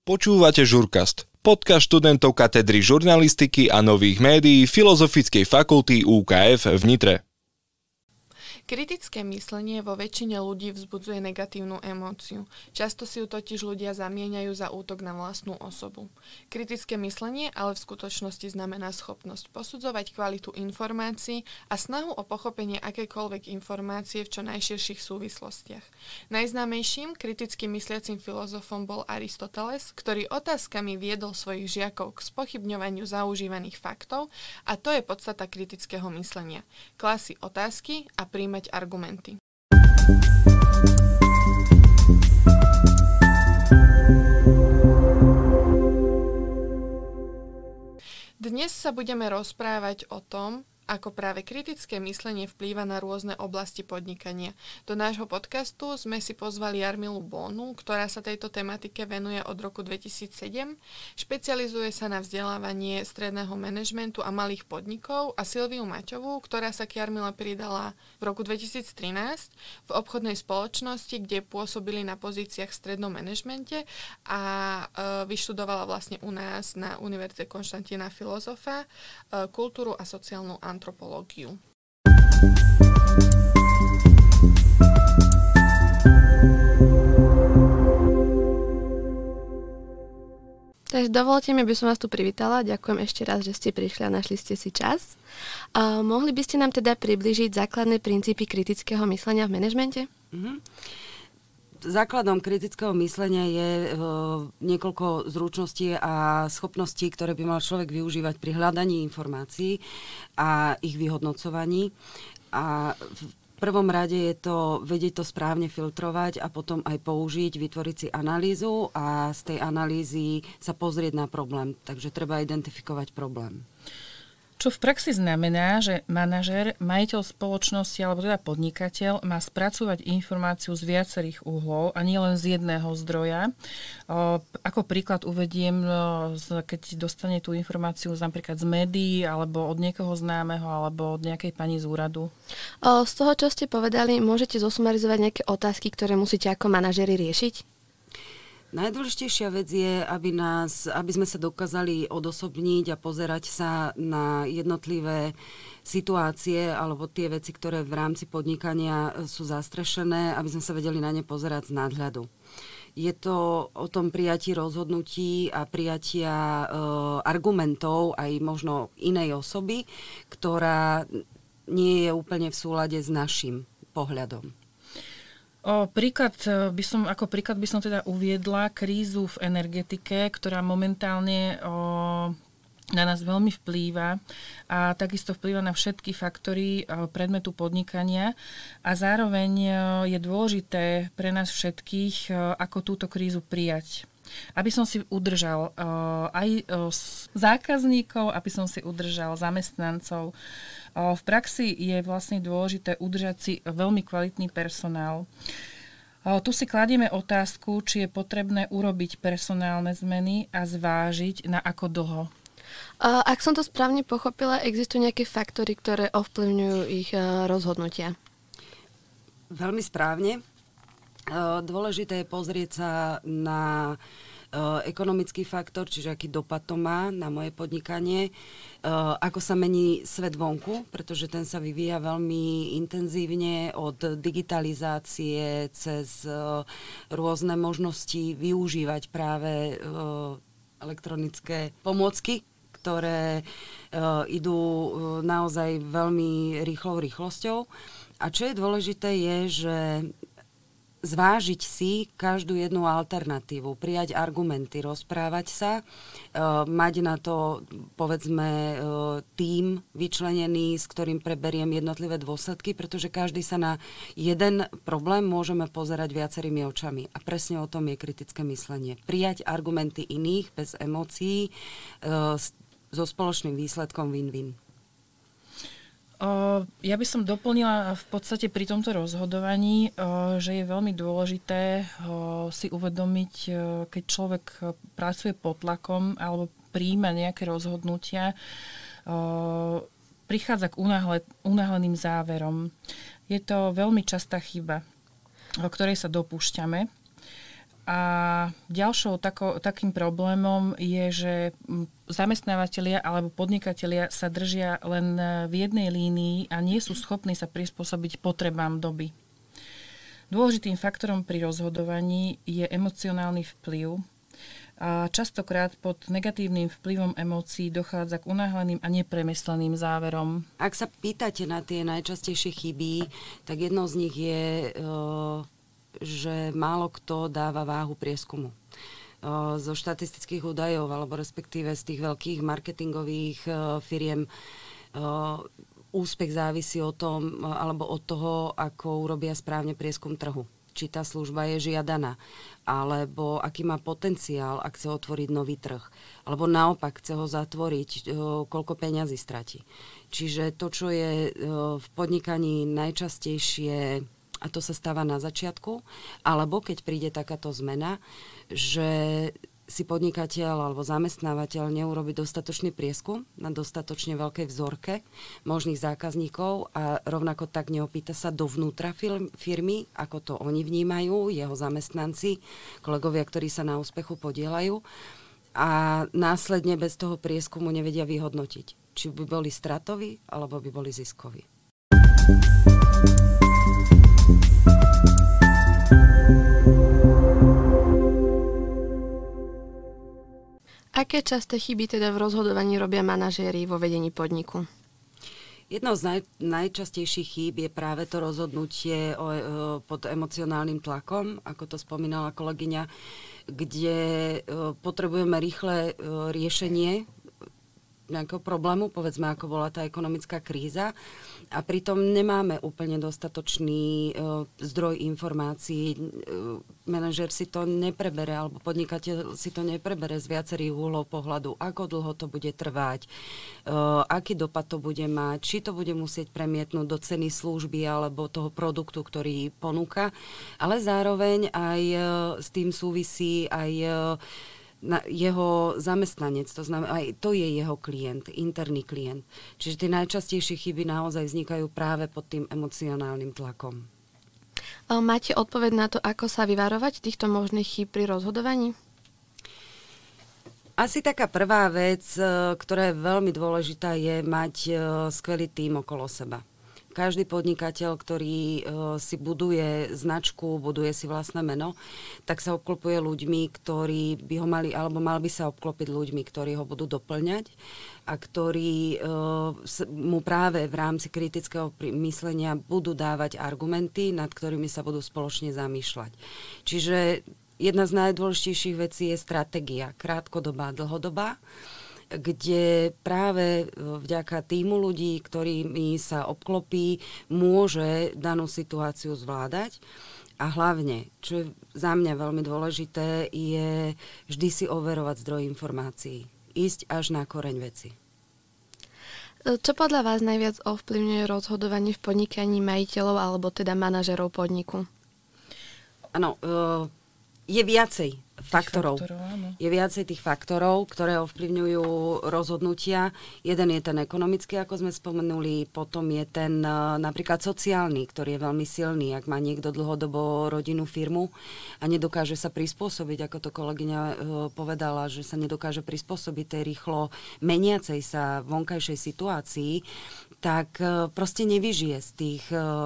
Počúvate Žurkast, podcast študentov katedry žurnalistiky a nových médií Filozofickej fakulty UKF v Nitre. Kritické myslenie vo väčšine ľudí vzbudzuje negatívnu emóciu. Často si ju totiž ľudia zamieňajú za útok na vlastnú osobu. Kritické myslenie ale v skutočnosti znamená schopnosť posudzovať kvalitu informácií a snahu o pochopenie akékoľvek informácie v čo najširších súvislostiach. Najznámejším kriticky mysliacim filozofom bol Aristoteles, ktorý otázkami viedol svojich žiakov k spochybňovaniu zaužívaných faktov, a to je podstata kritického myslenia. Klásť si otázky a príjmať argumenty. Dnes sa budeme rozprávať o tom, ako práve kritické myslenie vplýva na rôzne oblasti podnikania. Do nášho podcastu sme si pozvali Jarmilu Bónu, ktorá sa tejto tematike venuje od roku 2007. Špecializuje sa na vzdelávanie stredného manažmentu a malých podnikov, a Silviu Maťovú, ktorá sa k Jarmile pridala v roku 2013 v obchodnej spoločnosti, kde pôsobili na pozíciách v strednom manažmente a vyštudovala vlastne u nás na Univerzite Konštantína Filozofa kultúru a sociálnu antropológiu. Takže dovolte mi, aby som vás tu privítala. Ďakujem ešte raz, že ste prišli a našli ste si čas. Mohli by ste nám teda priblížiť základné princípy kritického myslenia v manažmente? Základom kritického myslenia je niekoľko zručností a schopností, ktoré by mal človek využívať pri hľadaní informácií a ich vyhodnocovaní. A v prvom rade je to vedieť to správne filtrovať a potom aj použiť, vytvoriť si analýzu a z tej analýzy sa pozrieť na problém. Takže treba identifikovať problém. Čo v praxi znamená, že manažér, majiteľ spoločnosti alebo teda podnikateľ má spracovať informáciu z viacerých uhlov a nie len z jedného zdroja. Ako príklad uvediem, keď dostane tú informáciu napríklad z médií alebo od niekoho známeho alebo od nejakej pani z úradu. Z toho, čo ste povedali, môžete zosumarizovať nejaké otázky, ktoré musíte ako manažéri riešiť? Najdôležitejšia vec je, aby sme sa dokázali odosobniť a pozerať sa na jednotlivé situácie alebo tie veci, ktoré v rámci podnikania sú zastrešené, aby sme sa vedeli na ne pozerať z nadhľadu. Je to o tom prijatí rozhodnutí a prijatia argumentov aj možno inej osoby, ktorá nie je úplne v súlade s našim pohľadom. Ako príklad by som teda uviedla krízu v energetike, ktorá momentálne na nás veľmi vplýva a takisto vplýva na všetky faktory predmetu podnikania a zároveň je dôležité pre nás všetkých, ako túto krízu prijať. Aby som si udržal aj zákazníkov, aby som si udržal zamestnancov. V praxi je vlastne dôležité udržať si veľmi kvalitný personál. Tu si kladieme otázku, či je potrebné urobiť personálne zmeny a zvážiť na ako dlho. Ak som to správne pochopila, existujú nejaké faktory, ktoré ovplyvňujú ich rozhodnutia? Veľmi správne. Dôležité je pozrieť sa na ekonomický faktor, čiže aký dopad to má na moje podnikanie, ako sa mení svet vonku, pretože ten sa vyvíja veľmi intenzívne od digitalizácie cez rôzne možnosti využívať práve elektronické pomôcky, ktoré idú naozaj veľmi rýchlou rýchlosťou. A čo je dôležité je, že zvážiť si každú jednu alternatívu, prijať argumenty, rozprávať sa, mať na to, povedzme, tím vyčlenený, s ktorým preberiem jednotlivé dôsledky, pretože každý sa na jeden problém môžeme pozerať viacerými očami. A presne o tom je kritické myslenie. Prijať argumenty iných bez emócií so spoločným výsledkom win-win. Ja by som doplnila v podstate pri tomto rozhodovaní, že je veľmi dôležité si uvedomiť, keď človek pracuje pod tlakom alebo prijíma nejaké rozhodnutia, prichádza k unáhleným záverom. Je to veľmi častá chyba, o ktorej sa dopúšťame. A takým problémom je, že zamestnávateľia alebo podnikatelia sa držia len v jednej línii a nie sú schopní sa prispôsobiť potrebám doby. Dôležitým faktorom pri rozhodovaní je emocionálny vplyv. A častokrát pod negatívnym vplyvom emócií dochádza k unáhleným a nepremysleným záverom. Ak sa pýtate na tie najčastejšie chyby, tak jednou z nich je, že málo kto dáva váhu prieskumu. Zo štatistických údajov, alebo respektíve z tých veľkých marketingových firiem, úspech závisí od toho, ako urobia správne prieskum trhu. Či tá služba je žiadaná, alebo aký má potenciál, ak chce otvoriť nový trh, alebo naopak chce ho zatvoriť, koľko peňazí stratí. Čiže to, čo je v podnikaní najčastejšie, a to sa stáva na začiatku, alebo keď príde takáto zmena, že si podnikateľ alebo zamestnávateľ neurobi dostatočný prieskum na dostatočne veľkej vzorke možných zákazníkov a rovnako tak neopýta sa dovnútra firmy, ako to oni vnímajú, jeho zamestnanci, kolegovia, ktorí sa na úspechu podieľajú, a následne bez toho prieskumu nevedia vyhodnotiť, či by boli stratoví alebo by boli ziskoví. Aké časté chyby teda v rozhodovaní robia manažéri vo vedení podniku? Jednou z najčastejších chýb je práve to rozhodnutie pod emocionálnym tlakom, ako to spomínala kolegyňa, kde potrebujeme rýchle riešenie nejakého problému, povedzme, ako bola tá ekonomická kríza, a pritom nemáme úplne dostatočný zdroj informácií. Manažer si to neprebere, alebo podnikateľ si to neprebere z viacerých uhlov pohľadu, ako dlho to bude trvať, aký dopad to bude mať, či to bude musieť premietnúť do ceny služby alebo toho produktu, ktorý ponúka, ale zároveň aj s tým súvisí aj jeho zamestnanec, to znamená, aj to je jeho klient, interný klient. Čiže tie najčastejšie chyby naozaj vznikajú práve pod tým emocionálnym tlakom. Máte odpoveď na to, ako sa vyvarovať týchto možných chýb pri rozhodovaní? Asi taká prvá vec, ktorá je veľmi dôležitá, je mať skvelý tím okolo seba. Každý podnikateľ, ktorý si buduje značku, buduje si vlastné meno, tak sa obklopuje ľuďmi, ktorí by ho mali, alebo mal by sa obklopiť ľuďmi, ktorí ho budú doplňať a ktorí mu práve v rámci kritického myslenia budú dávať argumenty, nad ktorými sa budú spoločne zamýšľať. Čiže jedna z najdôležitejších vecí je stratégia, krátkodobá, dlhodobá, kde práve vďaka týmu ľudí, ktorými sa obklopí, môže danú situáciu zvládať. A hlavne, čo je za mňa veľmi dôležité, je vždy si overovať zdroj informácií. Ísť až na koreň veci. Čo podľa vás najviac ovplyvňuje rozhodovanie v podnikaní majiteľov alebo teda manažerov podniku? Áno, je viacej faktorov. Je viacej tých faktorov, ktoré ovplyvňujú rozhodnutia. Jeden je ten ekonomický, ako sme spomenuli, potom je ten napríklad sociálny, ktorý je veľmi silný. Ak má niekto dlhodobo rodinnú firmu a nedokáže sa prispôsobiť, ako to kolegyňa povedala, že sa nedokáže prispôsobiť tej rýchlo meniacej sa vonkajšej situácii, tak proste nevyžije z tých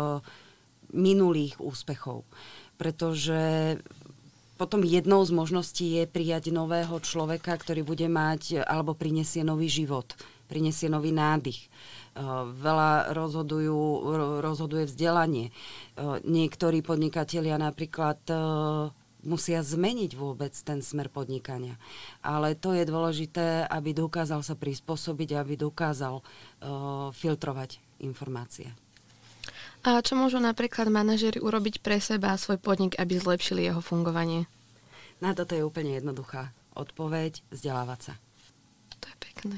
minulých úspechov. Pretože potom jednou z možností je prijať nového človeka, ktorý bude mať, alebo prinesie nový život, prinesie nový nádych. Veľa rozhoduje vzdelanie. Niektorí podnikatelia napríklad musia zmeniť vôbec ten smer podnikania. Ale to je dôležité, aby dokázal sa prispôsobiť, aby dokázal filtrovať informácie. A čo môžu napríklad manažeri urobiť pre seba a svoj podnik, aby zlepšili jeho fungovanie? Na toto je úplne jednoduchá odpoveď: vzdelávať sa. To je pekné.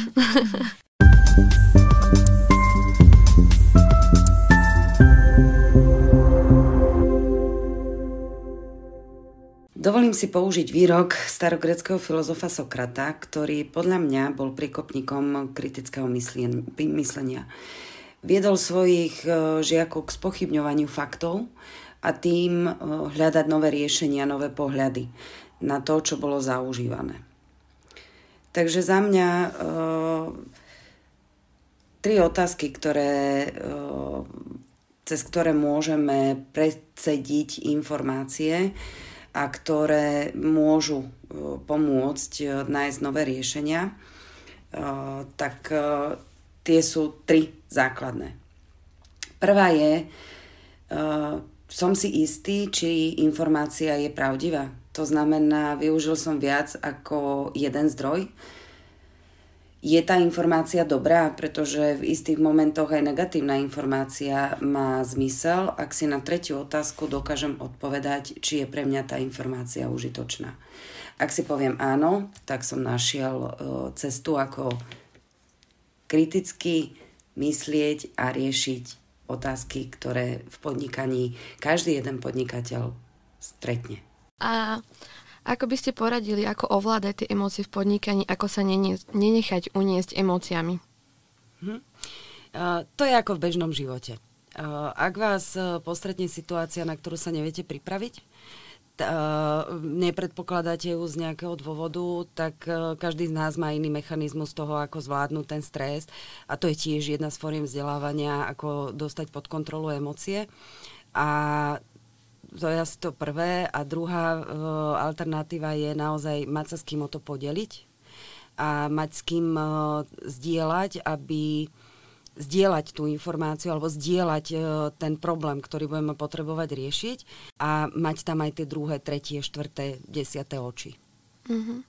Dovolím si použiť výrok starogréckeho filozofa Sokrata, ktorý podľa mňa bol príkopníkom kritického myslenia. Viedol svojich žiakov k spochybňovaniu faktov a tým hľadať nové riešenia, nové pohľady na to, čo bolo zaužívané. Takže za mňa 3 otázky, cez ktoré môžeme predsediť informácie a ktoré môžu pomôcť nájsť nové riešenia, tak tie sú 3 základné. Prvá je, som si istý, či informácia je pravdivá. To znamená, využil som viac ako jeden zdroj. Je tá informácia dobrá, pretože v istých momentoch aj negatívna informácia má zmysel, ak si na 3. otázku dokážem odpovedať, či je pre mňa tá informácia užitočná. Ak si poviem áno, tak som našiel cestu, ako kriticky myslieť a riešiť otázky, ktoré v podnikaní každý jeden podnikateľ stretne. A ako by ste poradili, ako ovládať tie emócie v podnikaní, ako sa nenechať uniesť emóciami? To je ako v bežnom živote. Ak vás postretne situácia, na ktorú sa neviete pripraviť, nepredpokladáte ju z nejakého dôvodu, tak každý z nás má iný mechanizmus toho, ako zvládnuť ten stres. A to je tiež jedna z foriem vzdelávania, ako dostať pod kontrolu emócie. A to je asi to prvé. A druhá alternatíva je naozaj mať sa s kým o to podeliť a mať s kým zdieľať tú informáciu alebo zdieľať ten problém, ktorý budeme potrebovať riešiť a mať tam aj tie 2., 3., 4., 10. oči. Mm-hmm.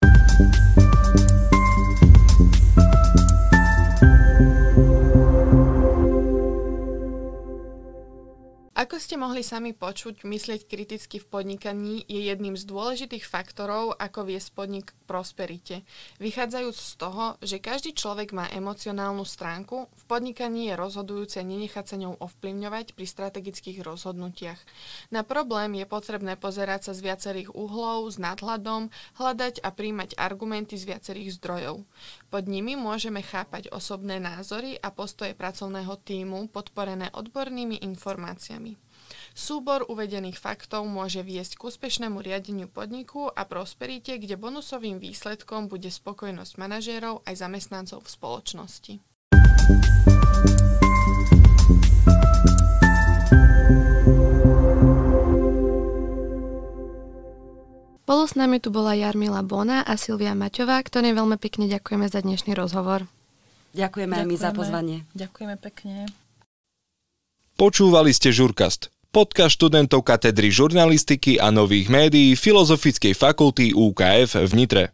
Ako ste mohli sami počuť, myslieť kriticky v podnikaní je jedným z dôležitých faktorov, ako viesť podnik k prosperite. Vychádzajúc z toho, že každý človek má emocionálnu stránku, v podnikaní je rozhodujúce nenechať sa ňou ovplyvňovať pri strategických rozhodnutiach. Na problém je potrebné pozerať sa z viacerých uhlov, s nadhľadom, hľadať a príjmať argumenty z viacerých zdrojov. Pod nimi môžeme chápať osobné názory a postoje pracovného tímu podporené odbornými informáciami. Súbor uvedených faktov môže viesť k úspešnému riadeniu podniku a prosperite, kde bonusovým výsledkom bude spokojnosť manažérov aj zamestnancov v spoločnosti. Spolu s nami tu bola Jarmila Bona a Silvia Maťová, ktorým veľmi pekne ďakujeme za dnešný rozhovor. Ďakujeme aj my za pozvanie. Ďakujeme pekne. Počúvali ste Žurkast, podcast študentov katedry žurnalistiky a nových médií Filozofickej fakulty UKF v Nitre.